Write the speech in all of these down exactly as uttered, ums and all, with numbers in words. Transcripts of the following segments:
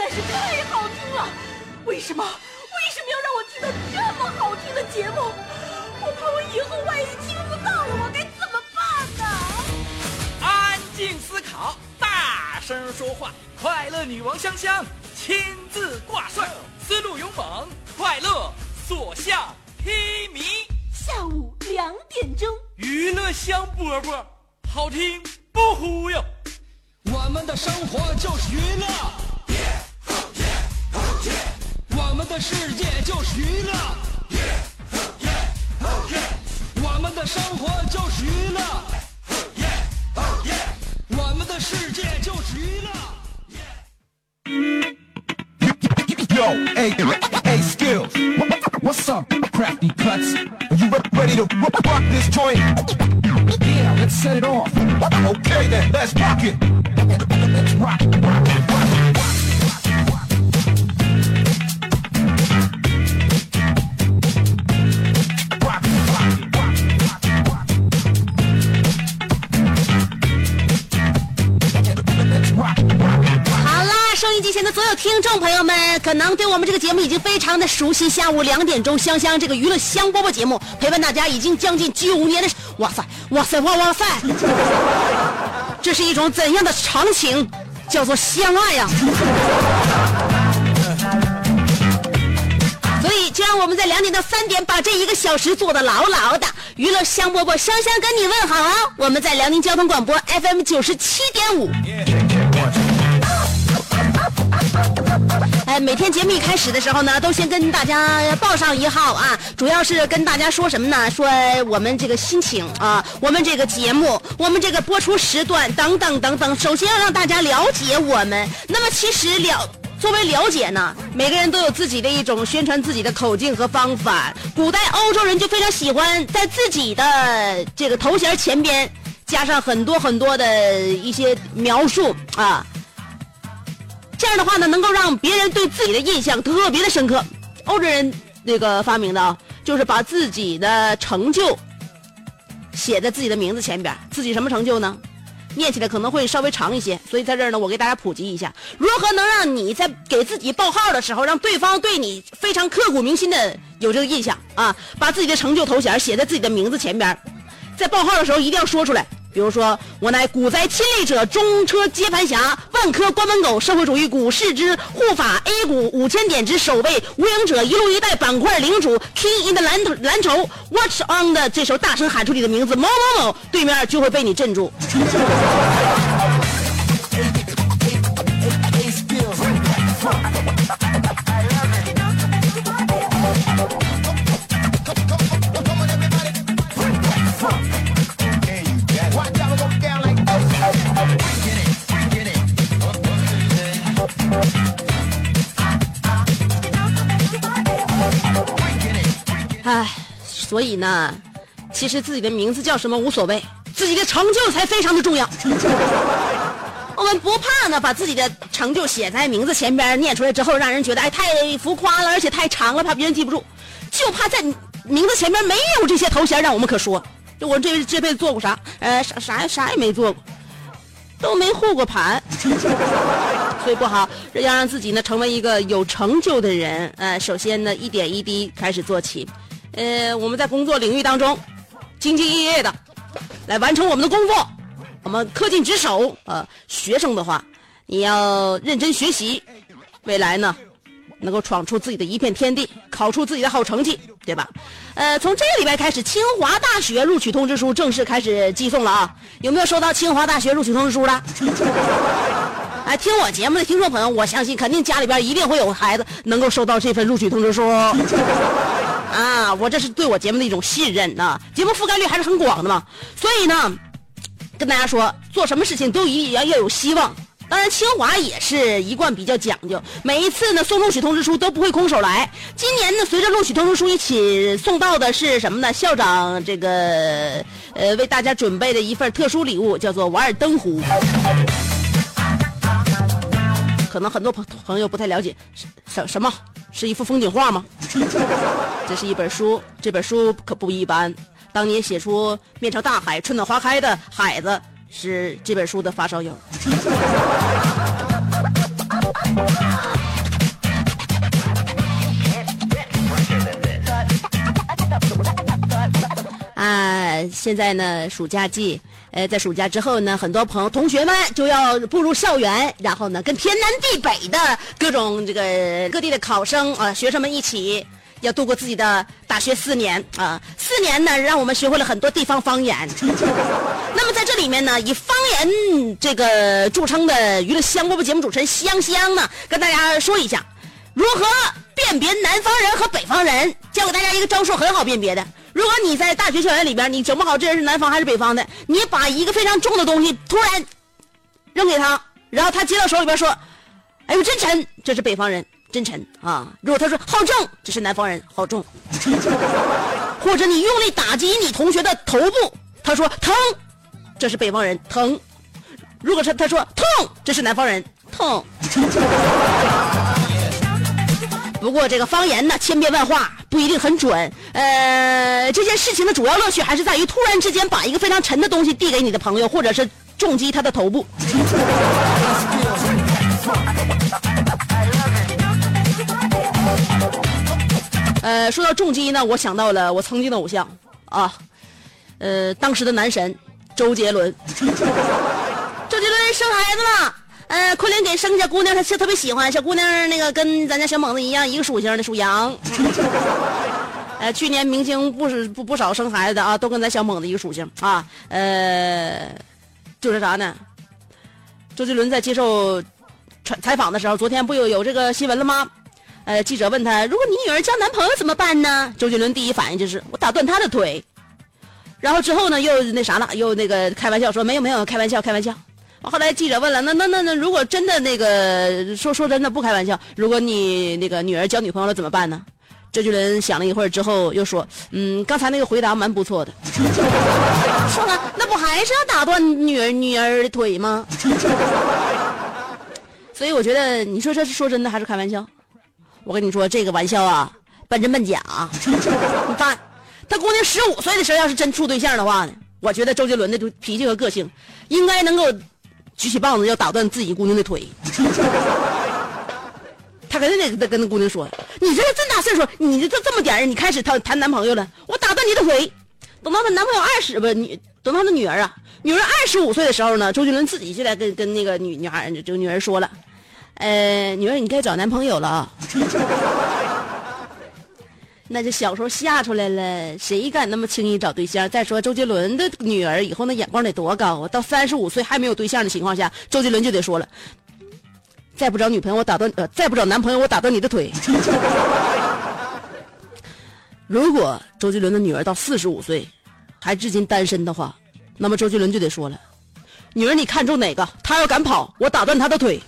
在是太好听了，为什么为什么要让我听到这么好听的节目？我怕我以后万一听不到了，我该怎么办呢？ 安静思考，大声说话，快乐女王香香亲自挂帅，思路勇猛，快乐所向披靡。 下午两点钟， 娱乐香饽饽，好听不忽悠。 我们的生活就是娱乐， yeah, oh yeah, oh yeah. 我们的世界就是娱乐， yeah, oh yeah, oh yeah. 我们的生活就是娱乐， oh yeah, oh yeah. 我们的世界就是娱乐。 Yo, hey, hey, skills. What's up, crafty cuts? Are you ready to rock this joint? Yeah, let's set it off. Okay then, let's rock it. Let's rock it, rock it, rock it. 收音机前的所有听众朋友们，可能对我们这个节目已经非常的熟悉。下午两点钟，香香这个娱乐香饽饽节目陪伴大家已经将近九年的，哇塞，哇塞，哇哇塞！这是一种怎样的长情，叫做相爱呀！所以，就让我们在两点到三点把这一个小时做得牢牢的。娱乐香饽饽，香香跟你问好啊！我们在辽宁交通广播 F M 九十七点五。哎，每天节目一开始的时候呢，都先跟大家报上一号啊，主要是跟大家说什么呢？说我们这个心情啊，我们这个节目，我们这个播出时段等等等等。首先要让大家了解我们。那么其实了，作为了解呢，每个人都有自己的一种宣传自己的口径和方法。古代欧洲人就非常喜欢在自己的这个头衔前边加上很多很多的一些描述啊。这样的话呢，能够让别人对自己的印象特别的深刻。欧洲人那个发明的啊，就是把自己的成就写在自己的名字前边。自己什么成就呢？念起来可能会稍微长一些，所以在这儿呢，我给大家普及一下，如何能让你在给自己报号的时候，让对方对你非常刻骨铭心的有这个印象啊。把自己的成就头衔写在自己的名字前边，在报号的时候一定要说出来。比如说，我乃股灾亲历者，中车接盘侠，万科关门狗，社会主义股市之护法 A 股五千点之首位无影者，一路一带板块领主 King in 的蓝蓝筹 Watch on 的这时候大声喊出你的名字某某某，对面就会被你镇住。唉，所以呢，其实自己的名字叫什么无所谓，自己的成就才非常的重要。我们不怕呢，把自己的成就写在名字前边，念出来之后让人觉得哎太浮夸了，而且太长了，怕别人记不住，就怕在名字前边没有这些头衔让我们可说。就我这这辈子做过啥？呃，啥啥啥也没做过，都没护过盘。所以不好，要让自己呢成为一个有成就的人。呃，首先呢，一点一滴开始做起。呃，我们在工作领域当中，兢兢业业的来完成我们的工作，我们恪尽职守。呃，学生的话，你要认真学习，未来呢，能够闯出自己的一片天地，考出自己的好成绩，对吧？呃，从这个礼拜开始，清华大学录取通知书正式开始寄送了啊！有没有收到清华大学录取通知书的？哎，听我节目的听众朋友，我相信肯定家里边一定会有孩子能够收到这份录取通知书。啊，我这是对我节目的一种信任呐、啊，节目覆盖率还是很广的嘛，所以呢，跟大家说，做什么事情都一要要有希望。当然，清华也是一贯比较讲究，每一次呢送录取通知书都不会空手来。今年呢，随着录取通知书一起送到的是什么呢？校长这个呃为大家准备的一份特殊礼物，叫做《瓦尔登湖》。可能很多朋朋友不太了解，什什么是一幅风景画吗？这是一本书，这本书可不一般。当年写出面朝大海，春暖花开的海子，是这本书的发烧友。 现在呢暑假季，呃，在暑假之后呢，很多朋友同学们就要步入校园，然后呢，跟天南地北的各种这个各地的考生啊、呃、学生们一起，要度过自己的大学四年啊、呃。四年呢，让我们学会了很多地方方言。那么在这里面呢，以方言这个著称的娱乐香饽饽节目主持人香香呢，跟大家说一下如何辨别南方人和北方人，教给大家一个招数，很好辨别的。如果你在大学校园里边，你整不好这人是南方还是北方的，你把一个非常重的东西突然扔给他，然后他接到手里边说：“哎呦，真沉！”这是北方人，真沉啊。如果他说“好重”，这是南方人，好重。或者你用力打击你同学的头部，他说“疼”，这是北方人，疼。如果是他说“痛”，这是南方人，痛。不过这个方言呢，千变万化，不一定很准。呃，这件事情的主要乐趣还是在于突然之间把一个非常沉的东西递给你的朋友，或者是重击他的头部。呃，说到重击呢，我想到了我曾经的偶像啊，呃，当时的男神周杰伦。周杰伦生孩子了。呃，昆凌给生下姑娘，他特别喜欢小姑娘，那个跟咱家小猛子一样，一个属性的属羊。呃，去年明星不是不不少生孩子的啊，都跟咱小猛子一个属性啊。呃，就是啥呢？周杰伦在接受采访的时候，昨天不有有这个新闻了吗？呃，记者问他，如果你女儿交男朋友怎么办呢？周杰伦第一反应就是我打断他的腿。然后之后呢，又那啥了，又那个开玩笑说没有没有，开玩笑开玩笑。后来记者问了，那那那那如果真的那个说说真的不开玩笑，如果你那个女儿交女朋友了怎么办呢？周杰伦想了一会儿之后又说，嗯，刚才那个回答蛮不错的。说了，那不还是要打断女儿女儿的腿吗？所以我觉得你说这是说真的还是开玩笑？我跟你说这个玩笑啊，半真半假。你看他姑娘十五岁的时候要是真处对象的话呢，我觉得周杰伦的脾气和个性应该能够举起棒子要打断自己姑娘的腿。他肯定得跟那姑娘说，你这这么大岁数，你这这么点人，你开始谈谈男朋友了，我打断你的腿。等到他男朋友二十不女，等到他女儿啊，女儿二十五岁的时候呢，周杰伦自己就来跟跟那个女女孩这个女儿说了，呃，女儿你该找男朋友了啊。那就小时候吓出来了，谁敢那么轻易找对象？再说周杰伦的女儿以后那眼光得多高啊！到三十五岁还没有对象的情况下，周杰伦就得说了，再不找女朋友我打断呃，再不找男朋友我打断你的腿。如果周杰伦的女儿到四十五岁还至今单身的话，那么周杰伦就得说了，女儿你看中哪个？他要敢跑，我打断他的腿。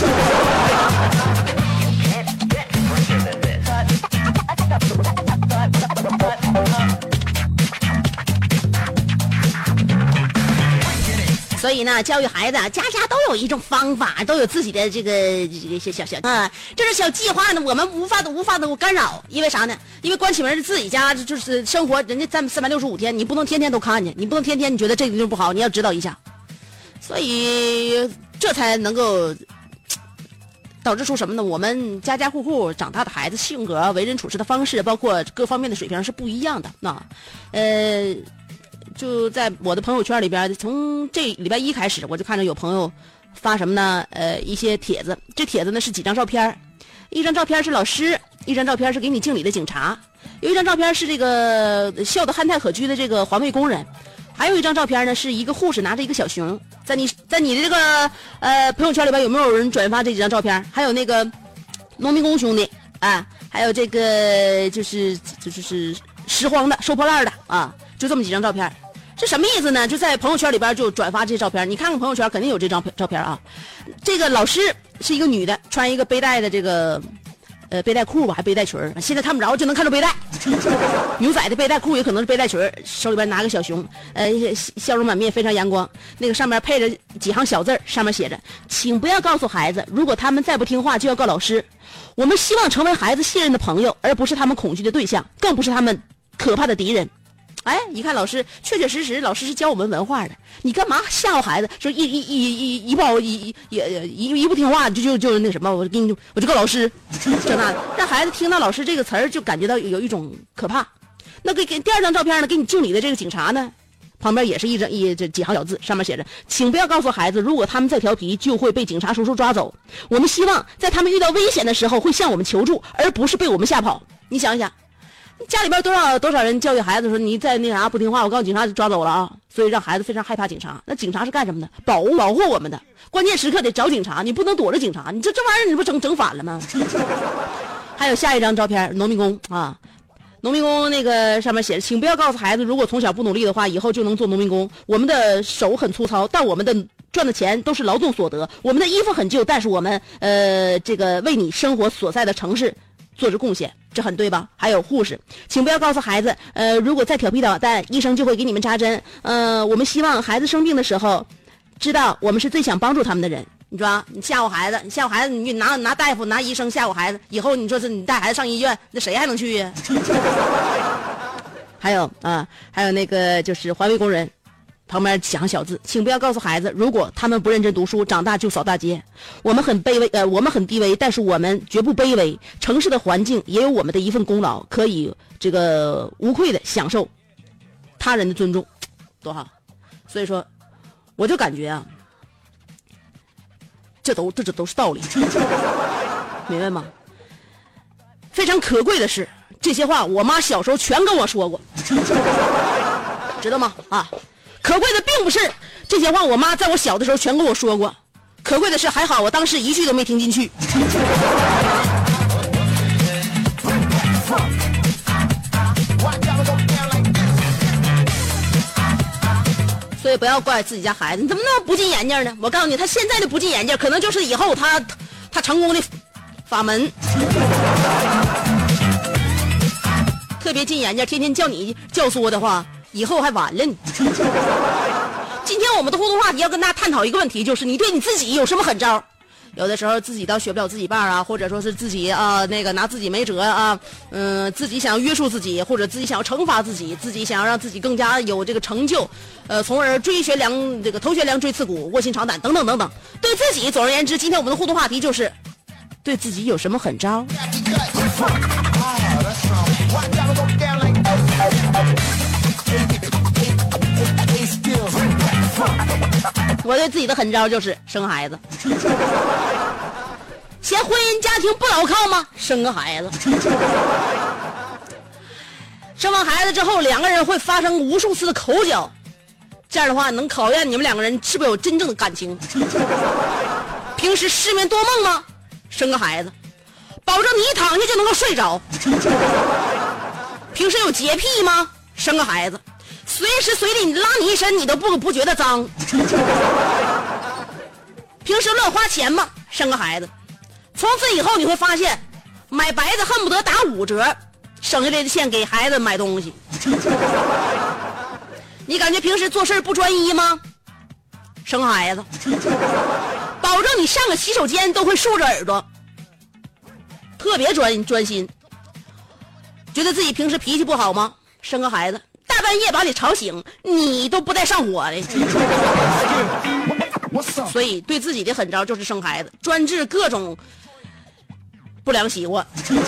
所以呢，教育孩子啊，家家都有一种方法，都有自己的这个这个小小小啊，这是小计划呢，我们无法的无法的干扰，因为啥呢？因为关起门自己家就是生活，人家在三百六十五天，你不能天天都看见，你不能天天你觉得这个地方不好，你要指导一下，所以这才能够导致出什么呢？我们家家户户长大的孩子性格、为人处事的方式，包括各方面的水平是不一样的。那，呃。就在我的朋友圈里边，从这礼拜一开始，我就看着有朋友发什么呢？呃，一些帖子。这帖子呢是几张照片，一张照片是老师，一张照片是给你敬礼的警察，有一张照片是这个笑得憨态可掬的这个环卫工人，还有一张照片呢是一个护士拿着一个小熊。在你在你的这个呃朋友圈里边有没有人转发这几张照片？还有那个农民工兄弟啊，还有这个就是就是拾荒的、收破烂的啊，就这么几张照片。这什么意思呢？就在朋友圈里边就转发这些照片，你看看朋友圈肯定有这张照片啊。这个老师是一个女的，穿一个背带的这个呃背带裤吧，还背带裙儿，现在看不着就能看着背带。牛仔的背带裤也可能是背带裙儿，手里边拿个小熊，呃笑容满面，非常阳光。那个上面配着几行小字，上面写着：请不要告诉孩子，如果他们再不听话就要告老师。我们希望成为孩子信任的朋友，而不是他们恐惧的对象，更不是他们可怕的敌人。哎，一看老师确确实实，老师是教我们文化的。你干嘛吓唬孩子？说一一一一一不一一一一不听话就就就是那什么，我给你我就告老师，这那让孩子听到老师这个词儿就感觉到有一种可怕。那给给第二张照片呢，给你敬礼的这个警察呢， 旁边也是一张一这几行小字，上面写着：请不要告诉孩子，如果他们再调皮，就会被警察叔叔抓走。我们希望在他们遇到危险的时候会向我们求助，而不是被我们吓跑。你想想，家里边多少多少人教育孩子说你再那啥不听话，我告诉警察就抓走了啊！所以让孩子非常害怕警察。那警察是干什么的？保护保护我们的，关键时刻得找警察，你不能躲着警察。你这这玩意儿你不整整反了吗？还有下一张照片，农民工啊。农民工那个上面写着，请不要告诉孩子，如果从小不努力的话，以后就能做农民工。我们的手很粗糙，但我们的赚的钱都是劳动所得。我们的衣服很旧，但是我们呃这个为你生活所在的城市做着贡献，这很对吧？还有护士，请不要告诉孩子，呃如果再调皮捣蛋，医生就会给你们扎针。呃我们希望孩子生病的时候，知道我们是最想帮助他们的人。你说啊，你吓唬孩子，你吓唬孩子，你拿拿大夫拿医生吓唬孩子，以后你说是你带孩子上医院，那谁还能去呀？还有啊，还有那个就是环卫工人，旁边几行小字，请不要告诉孩子，如果他们不认真读书，长大就扫大街。我们很卑微，呃，我们很低微，但是我们绝不卑微。城市的环境也有我们的一份功劳，可以这个无愧的享受他人的尊重，多好。所以说，我就感觉啊。这都这这都是道理，明白吗？非常可贵的是，这些话我妈小时候全跟我说过，知道吗？啊，可贵的并不是这些话我妈在我小的时候全跟我说过，可贵的是还好我当时一句都没听进去。所以不要怪自己家孩子，你怎么那么不进眼镜呢？我告诉你，他现在的不进眼镜，可能就是以后他他成功的法门。特别进眼镜，天天叫你教唆的话，以后还晚了你。今天我们的互动话题要跟大家探讨一个问题，就是你对你自己有什么狠招？有的时候自己倒学不了自己棒啊，或者说是自己啊那个拿自己没辙啊，嗯、呃，自己想要约束自己，或者自己想要惩罚自己，自己想要让自己更加有这个成就，呃，从而追学良这个头悬梁锥刺股，卧薪尝胆等等等等。对自己，总而言之，今天我们的互动话题就是对自己有什么狠招？我对自己的狠招就是生孩子。嫌婚姻家庭不牢靠吗？生个孩子。生完孩子之后，两个人会发生无数次的口角，这样的话能考验你们两个人是不是有真正的感情。平时失眠多梦吗？生个孩子，保证你一躺下就能够睡着。平时有洁癖吗？生个孩子，随时随地你拉你一身你都不不觉得脏。平时乱花钱吗？生个孩子，从此以后你会发现买白的恨不得打五折，省下来的钱给孩子买东西。你感觉平时做事不专一吗？生孩子，保证你上个洗手间都会竖着耳朵，特别专专心。觉得自己平时脾气不好吗？生个孩子，大半夜把你吵醒，你都不带上火的。所以对自己的狠招就是生孩子，专治各种不良习惯。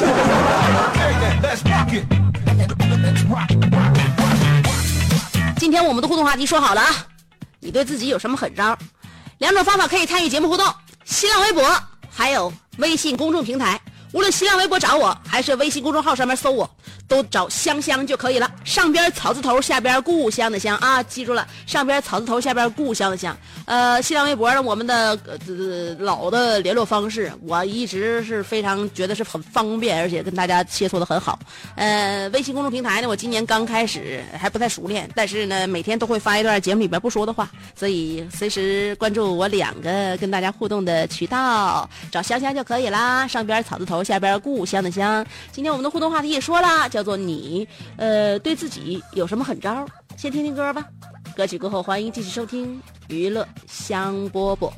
今天我们的互动话题说好了啊，你对自己有什么狠招？两种方法可以参与节目互动，新浪微博还有微信公众平台。无论新浪微博找我还是微信公众号上面搜我，都找香香就可以了，上边草字头下边故乡的乡啊，记住了，上边草字头下边故乡的乡。呃新浪微博呢，我们的、呃、老的联络方式我一直是非常觉得是很方便，而且跟大家切磋的很好。呃微信公众平台呢，我今年刚开始还不太熟练，但是呢每天都会发一段节目里边不说的话，所以随时关注我两个跟大家互动的渠道，找香香就可以啦，上边草字头下边故乡的乡。今天我们的互动话题也说了，叫做你呃对自己有什么狠招？先听听歌吧，歌曲过后欢迎继续收听娱乐香饽饽。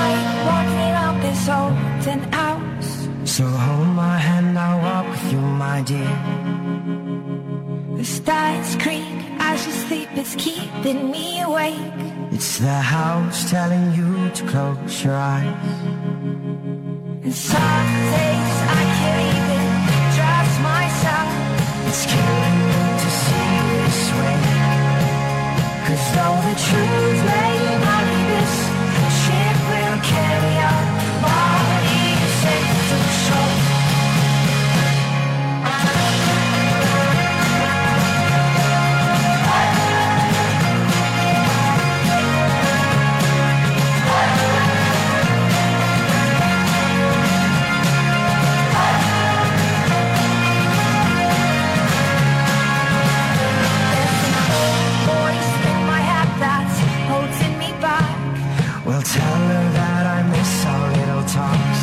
So hold my hand, I'll walk with you, my my dear. The stars creak as you sleep, it's keeping me awake. It's the house telling you to close your eyes. And some days I can't even trust myself. It's killing me to see this way. Cause though the truth may not be this, shit will carry on. Body is safe to show. Tell her that I miss our little talks.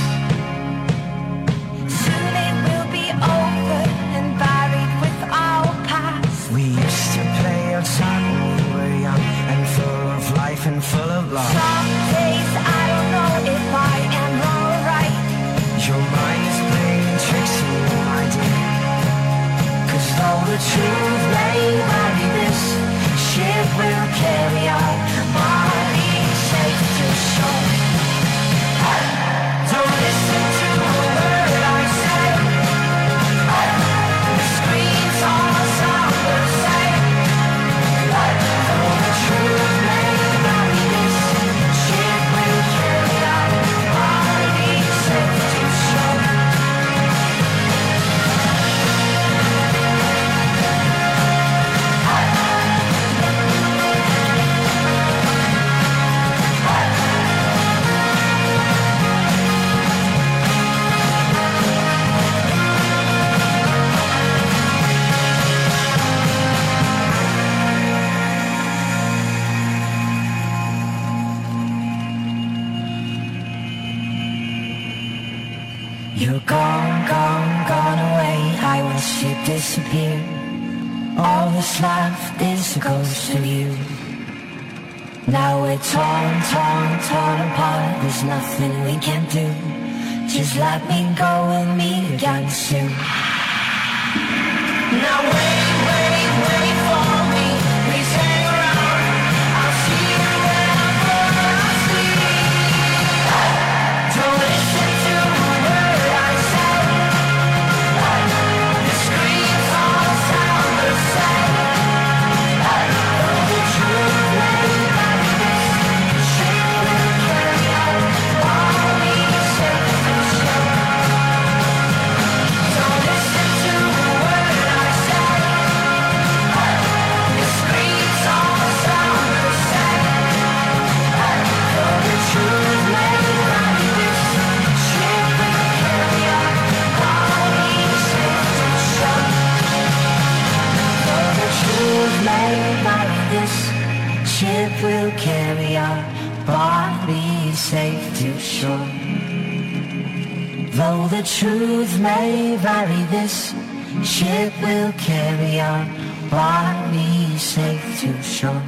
Soon it will be over and buried with our past. We used to play outside when we were young and full of life and full of love. Some days I don't know if I am alright. Your mind is playing tricks on you, my dear. Cause though the truth may not be this, shit will carry on. Body safe to show. Don't listen to a word I say. The screams all sound the same. Though the truth may not be this, shit will carry on. Body safe to show. You're gone, gone, gone away. I wish you'd disappear. All that's left is a ghost of you. Now we're torn, torn, torn apart. There's nothing we can do. Just let me go, we'll meet again soon. Now wait, wait, wait for me. Please hang around. I'll see you whenever I sleep. Don't listen to a word I say. The screams all sound the same. Though the truth may not be this, shit will carry on. Body safe to show. Don't listen to a word I say. The screams all sound the same. Though the truth may not be this, shit will carry on. Body safe to show. Though the truth may not be this, ship will carry on. Body safe to shore. Though the truth may vary, this ship will carry on. Body safe to shore.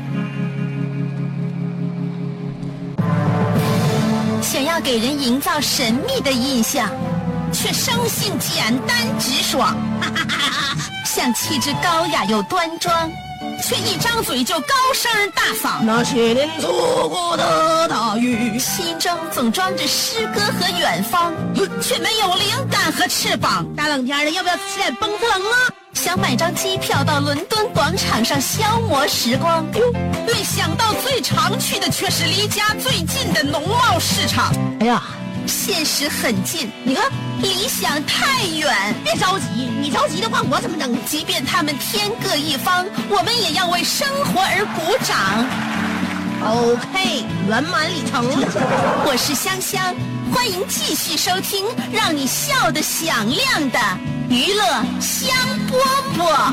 想要给人营造神秘的印象，却生性简单直爽，像气质高雅又端庄，却一张嘴就高声大嗓。 那些年错过的大雨， 心中总装着诗歌和远方，却没有灵感和翅膀。 大冷天的，要不要吃点蹦子冷啊？ 想买张机票到伦敦广场上消磨时光，没想到最常去的却是离家最近的农贸市场。 哎呀， 现实很近，你看理想太远。 别着急，你着急的话，我怎么能？ 即便他们天各一方，我们也要为生活而鼓掌。 OK， 圆满礼成。 我是香香，欢迎继续收听让你笑得响亮的娱乐香饽饽。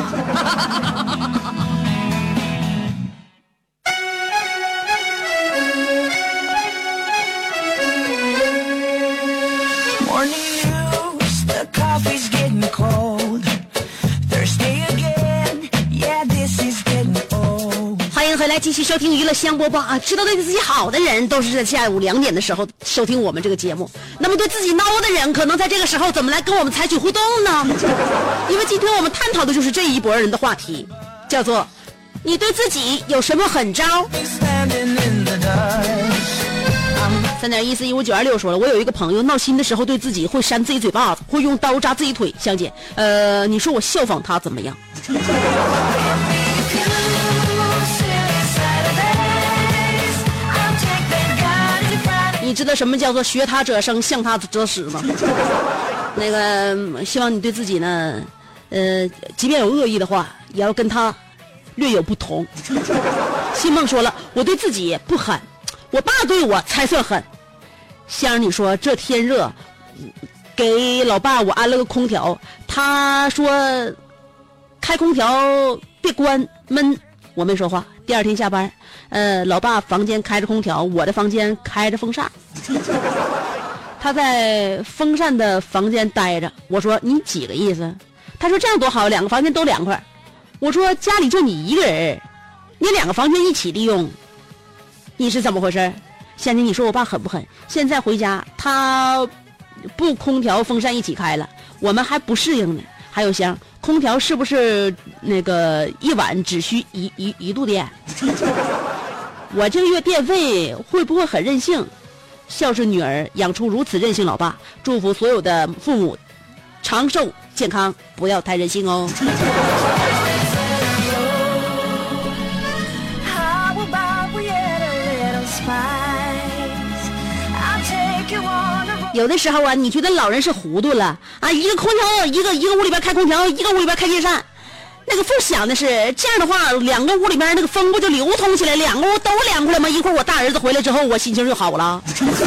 Morning news, the coffee's getting cold. Thursday again, yeah, this is getting old. 欢迎回来，继续收听娱乐香饽饽啊！知道对自己好的人，都是在下午两点的时候收听我们这个节目。那么对自己孬的人，可能在这个时候怎么来跟我们采取互动呢？ 因为今天我们探讨的就是这一拨人的话题，叫做你对自己有什么狠招。三点一四一五九二六说了，我有一个朋友闹心的时候对自己会扇自己嘴巴子，会用刀扎自己腿。香姐，呃，你说我效仿他怎么样？你知道什么叫做学他者生，像他者死吗？那个，希望你对自己呢，呃，即便有恶意的话，也要跟他略有不同。新梦说了，我对自己不狠，我爸对我才算狠。香儿，你说这天热，给老爸我安了个空调，他说开空调别关闷，我没说话。第二天下班，呃，老爸房间开着空调，我的房间开着风扇。他在风扇的房间待着，我说你几个意思？他说这样多好，两个房间都凉快。我说家里就你一个人，你两个房间一起利用，你是怎么回事？香姐，你说我爸狠不狠？现在回家他不空调风扇一起开了，我们还不适应呢。还有香，空调是不是那个一晚只需一一一度电？我这个月电费会不会很任性？孝顺女儿养出如此任性老爸，祝福所有的父母长寿健康，不要太任性哦。有的时候啊，你觉得老人是糊涂了啊，一个空调一个一个屋里边开空调，一个屋里边开电扇，那个不想的是这样的话，两个屋里边那个风不就流通起来，两个屋都凉快了吗？一会儿我大儿子回来之后，我心情就好了。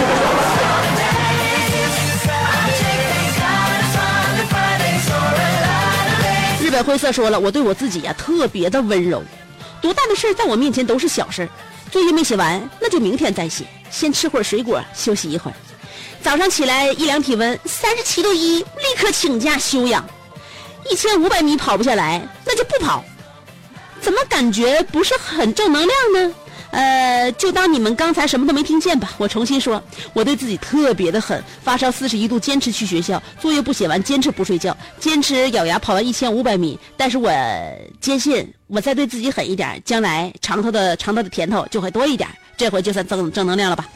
日本灰色说了，我对我自己呀、啊、特别的温柔，多大的事在我面前都是小事，作业没写完那就明天再写，先吃会儿水果休息一会儿。早上起来一量体温三十七度一，立刻请假休养。一千五百米跑不下来，那就不跑。怎么感觉不是很正能量呢？呃，就当你们刚才什么都没听见吧。我重新说，我对自己特别的狠，发烧四十一度，坚持去学校，作业不写完，坚持不睡觉，坚持咬牙跑完一千五百米。但是我坚信，我再对自己狠一点，将来尝到的尝到的甜头就会多一点。这回就算正正能量了吧。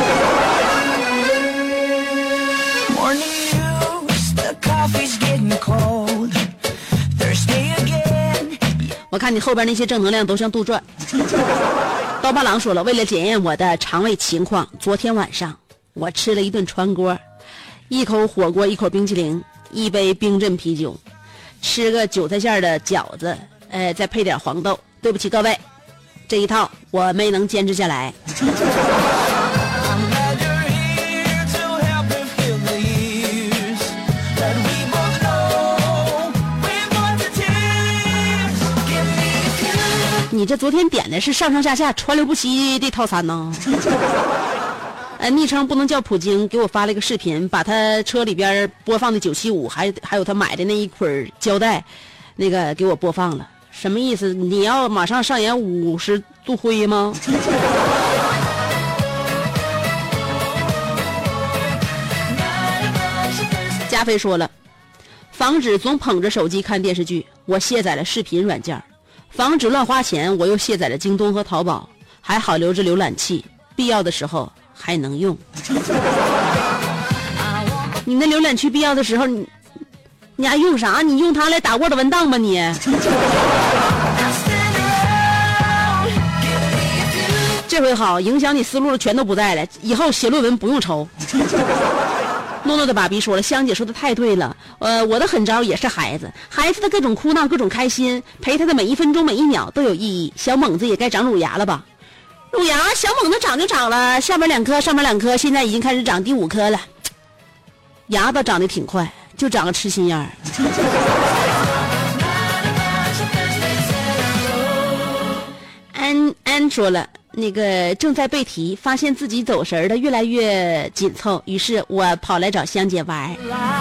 我看你后边那些正能量都像杜撰。刀疤郎说了，为了检验我的肠胃情况，昨天晚上我吃了一顿川锅，一口火锅，一口冰淇淋，一杯冰镇啤酒，吃个韭菜馅的饺子，呃，再配点黄豆。对不起各位，这一套我没能坚持下来。你这昨天点的是上上下下川流不息的套餐呢？呃，昵称不能叫普京给我发了一个视频，把他车里边播放的九七五，还还有他买的那一捆胶带，那个给我播放了，什么意思？你要马上上演五十度灰吗？加菲说了，防止总捧着手机看电视剧，我卸载了视频软件。防止乱花钱，我又卸载了京东和淘宝，还好留着浏览器，必要的时候还能用。你那浏览器必要的时候，你你还用啥？你用它来打 Word 文档吧你。这回好，影响你思路的全都不在了，以后写论文不用愁。诺诺的爸比说了，香姐说的太对了，呃，我的狠招也是孩子，孩子的各种哭闹，各种开心，陪他的每一分钟每一秒都有意义。小猛子也该长乳牙了吧？乳牙，小猛子长就长了，下边两颗，上边两颗，现在已经开始长第五颗了。牙倒长得挺快，就长个痴心眼儿。安安说了，那个正在背题，发现自己走神的越来越紧凑，于是我跑来找香姐玩。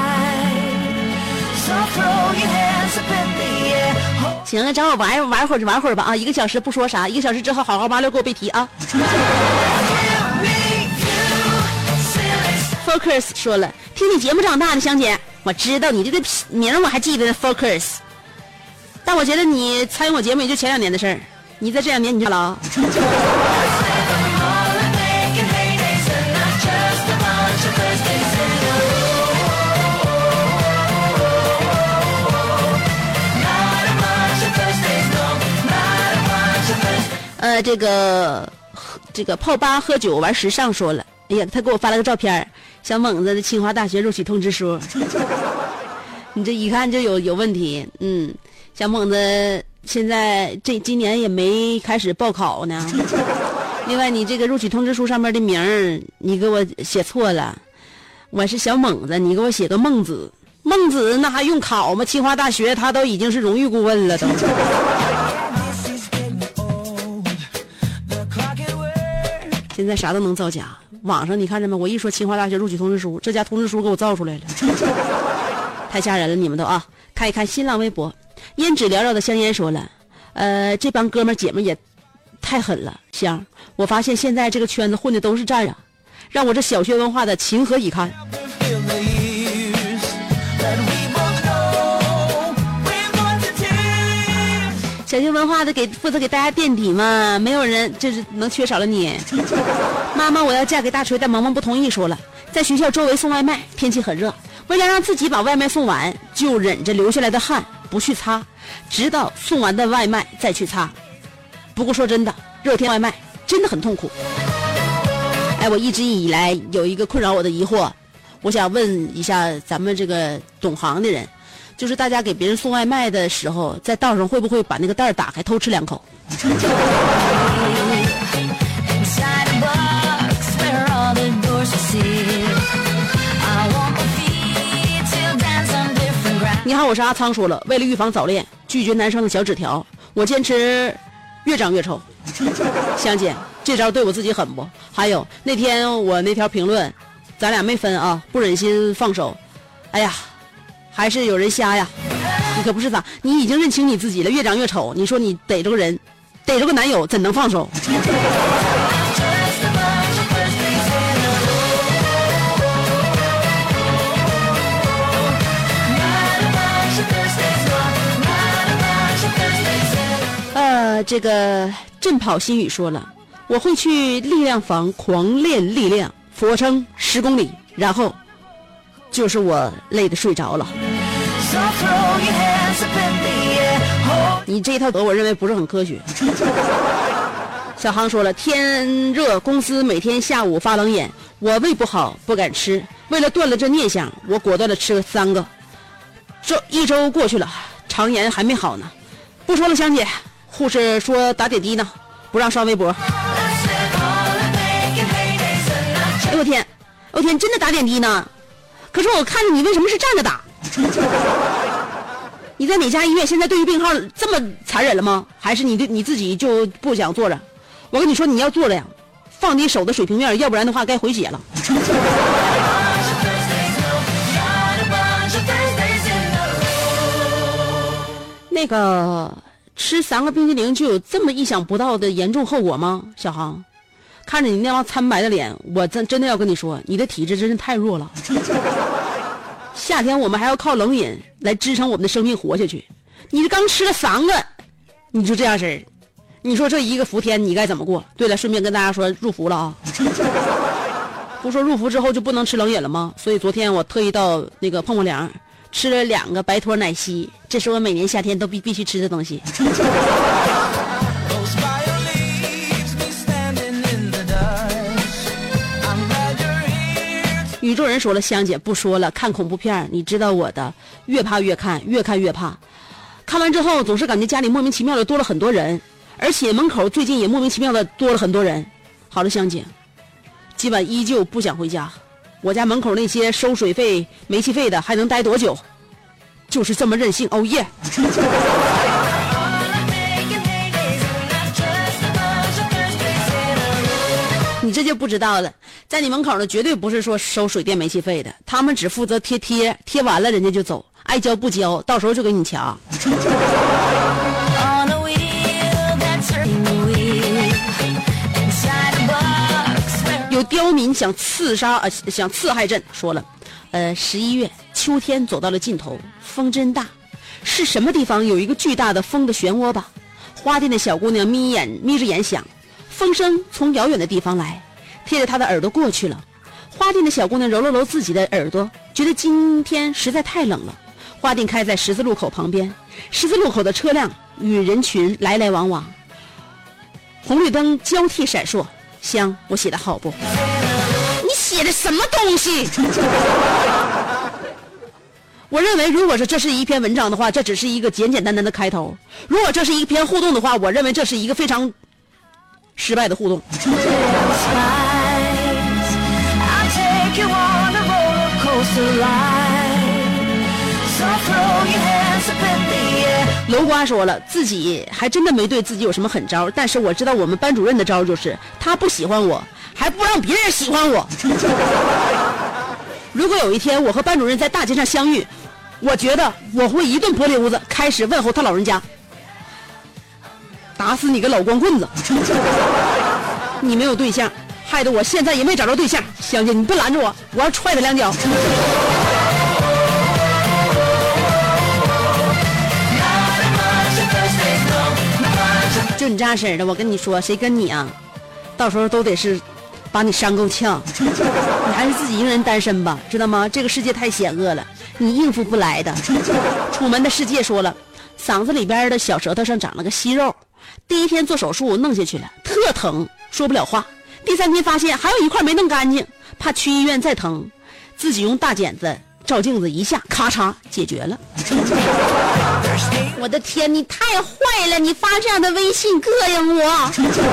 行了，找我玩玩会儿就玩会儿吧啊！一个小时不说啥，一个小时之后好好麻溜给我背题啊。Focus 说了，听你节目长大的香姐， 我知道你这个名我还记得 Focus， 但我觉得你参与我节目也就前两年的事儿，你在这两年你就了啊。呃，这个这个泡吧喝酒玩时尚说了，哎呀，他给我发了个照片，小猛子的清华大学录取通知书，你这一看就有有问题。嗯，小猛子现在这今年也没开始报考呢。另外，你这个录取通知书上面的名儿你给我写错了，我是小猛子，你给我写个孟子，孟子那还用考吗？清华大学他都已经是荣誉顾问了都。现在啥都能造假，网上你看着没？我一说清华大学录取通知书，这家通知书给我造出来了，太吓人了！你们都啊，看一看新浪微博，胭脂缭绕的香烟说了，呃，这帮哥们姐们也太狠了，香！我发现现在这个圈子混的都是战啊，让我这小学文化的情何以堪？小学文化的给负责给大家垫底嘛，没有人就是能缺少了你。妈妈，我要嫁给大锤，但萌萌不同意，说了，在学校周围送外卖，天气很热，为了让自己把外卖送完，就忍着流下来的汗不去擦，直到送完的外卖再去擦。不过说真的，热天外卖真的很痛苦。哎，我一直以来有一个困扰我的疑惑，我想问一下咱们这个懂行的人。就是大家给别人送外卖的时候，在道上会不会把那个袋打开偷吃两口？你好，我是阿仓。说了，为了预防早恋，拒绝男生的小纸条，我坚持越长越丑。香姐，这招对我自己狠不？还有那天我那条评论，咱俩没分啊，不忍心放手。哎呀。还是有人瞎呀！你可不是咋，你已经认清你自己了，越长越丑。你说你逮着个人，逮着个男友，怎能放手？呃，这个震跑心语说了，我会去力量房狂练力量，俯卧撑十公里，然后就是我累得睡着了。你这一套我认为不是很科学。小航说了，天热公司每天下午发冷饮，我胃不好不敢吃，为了断了这念想，我果断的吃了三个。这一周过去了，肠炎还没好呢。不说了，香姐，护士说打点滴呢，不让刷微博。哎呦我天，我天，真的打点滴呢？可是我看着你为什么是站着打？你在哪家医院？现在对于病号这么残忍了吗？还是你对你自己就不想坐着？我跟你说，你要坐着呀，放低手的水平面，要不然的话该回血了。那个吃三个冰淇淋就有这么意想不到的严重后果吗？小航，看着你那张苍白的脸，我真真的要跟你说，你的体质真是太弱了。夏天我们还要靠冷饮来支撑我们的生命活下去，你这刚吃了三个，你就这样式儿，你说这一个伏天你该怎么过？对了，顺便跟大家说入伏了啊！不说入伏之后就不能吃冷饮了吗？所以昨天我特意到那个碰碰凉，吃了两个白脱奶昔，这是我每年夏天都必必须吃的东西。宇宙人说了，香姐不说了，看恐怖片你知道我的，越怕越看，越看越怕。看完之后总是感觉家里莫名其妙的多了很多人，而且门口最近也莫名其妙的多了很多人。好了，香姐，今晚依旧不想回家，我家门口那些收水费煤气费的还能待多久？就是这么任性。哦耶！你这就不知道了，在你门口呢，绝对不是说收水电煤气费的，他们只负责贴贴，贴完了人家就走，爱交不交，到时候就给你掐。有刁民想刺杀呃想刺害朕，说了，呃十一月求秋天走到了尽头，风真大，是什么地方有一个巨大的风的漩涡吧？花店的小姑娘眯眼眯着眼想，风声从遥远的地方来，贴着她的耳朵过去了。花店的小姑娘揉了揉自己的耳朵，觉得今天实在太冷了。花店开在十字路口旁边，十字路口的车辆与人群来来往往，红绿灯交替闪烁。香，我写的好不？你写的什么东西？我认为如果是这是一篇文章的话，这只是一个简简单单的开头；如果这是一篇互动的话，我认为这是一个非常失败的互动。楼瓜说了，自己还真的没对自己有什么狠招，但是我知道我们班主任的招就是他不喜欢我，还不让别人喜欢我。如果有一天我和班主任在大街上相遇，我觉得我会一顿玻璃屋子开始问候他老人家，打死你个老光棍子！你没有对象，害得我现在也没找着对象。香姐，你不拦着我，我要踹他两脚。就你这样式的，我跟你说，谁跟你啊，到时候都得是把你伤够呛。你还是自己一个人单身吧，知道吗？这个世界太险恶了，你应付不来的。楚门的世界说了，嗓子里边的小舌头上长了个息肉，第一天做手术弄下去了，特疼，说不了话。第三天发现还有一块没弄干净，怕去医院再疼，自己用大剪子照镜子一下，咔嚓解决了。我的天，你太坏了！你发这样的微信膈应我。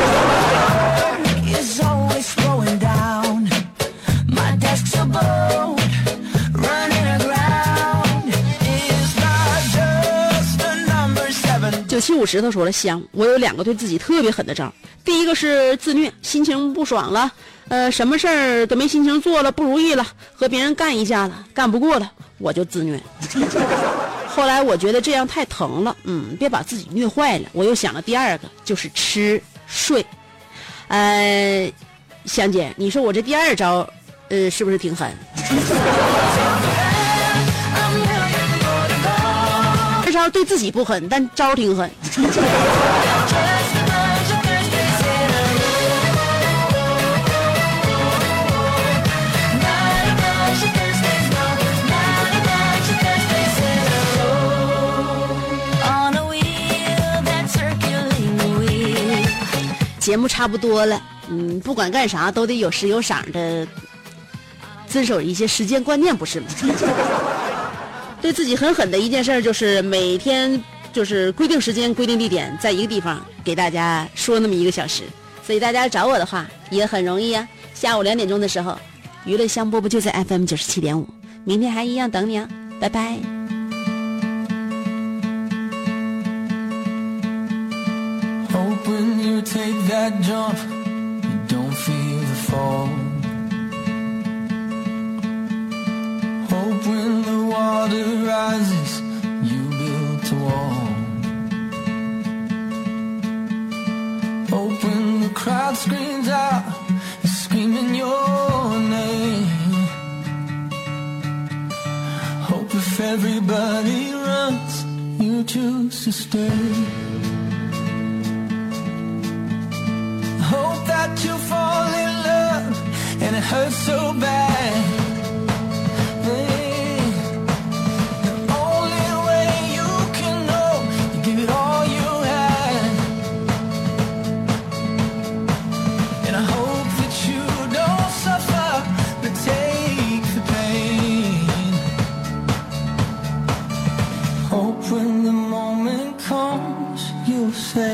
九七五石头说了，香，我有两个对自己特别狠的招。第一个是自虐，心情不爽了，呃，什么事儿都没心情做了，不如意了，和别人干一架了，干不过了，我就自虐。后来我觉得这样太疼了，嗯，别把自己虐坏了。我又想了第二个，就是吃睡。呃，香姐，你说我这第二招，呃，是不是挺狠？这招对自己不狠，但招挺狠。节目差不多了，嗯，不管干啥都得有时有赏的遵守一些时间观念，不是吗？对自己很狠的一件事就是每天就是规定时间规定地点，在一个地方给大家说那么一个小时，所以大家找我的话也很容易啊。下午两点钟的时候，娱乐香饽饽就在 F M 九十七点五，明天还一样等你啊，拜拜。 When you take that jump, you don't feel the fall. Hope when the water rises, you build a wall. Hope when the crowd screams out, screaming your name. Hope if everybody runs, you choose to stay.Hope that you fall in love and it hurts so bad. Hey, the only way you can know, you give it all you had. And I hope that you don't suffer, but take the pain. Hope when the moment comes, you'll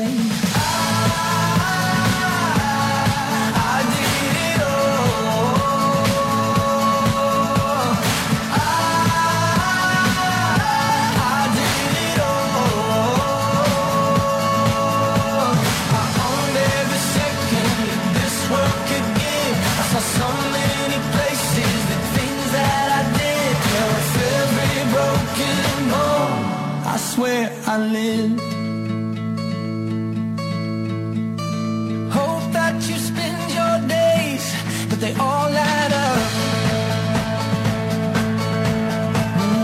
say.Where I live, hope that you spend your days, but they all add up.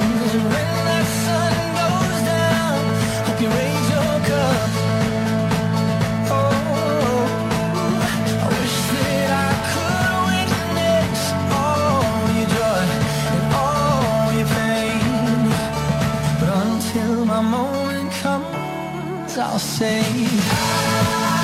I'll say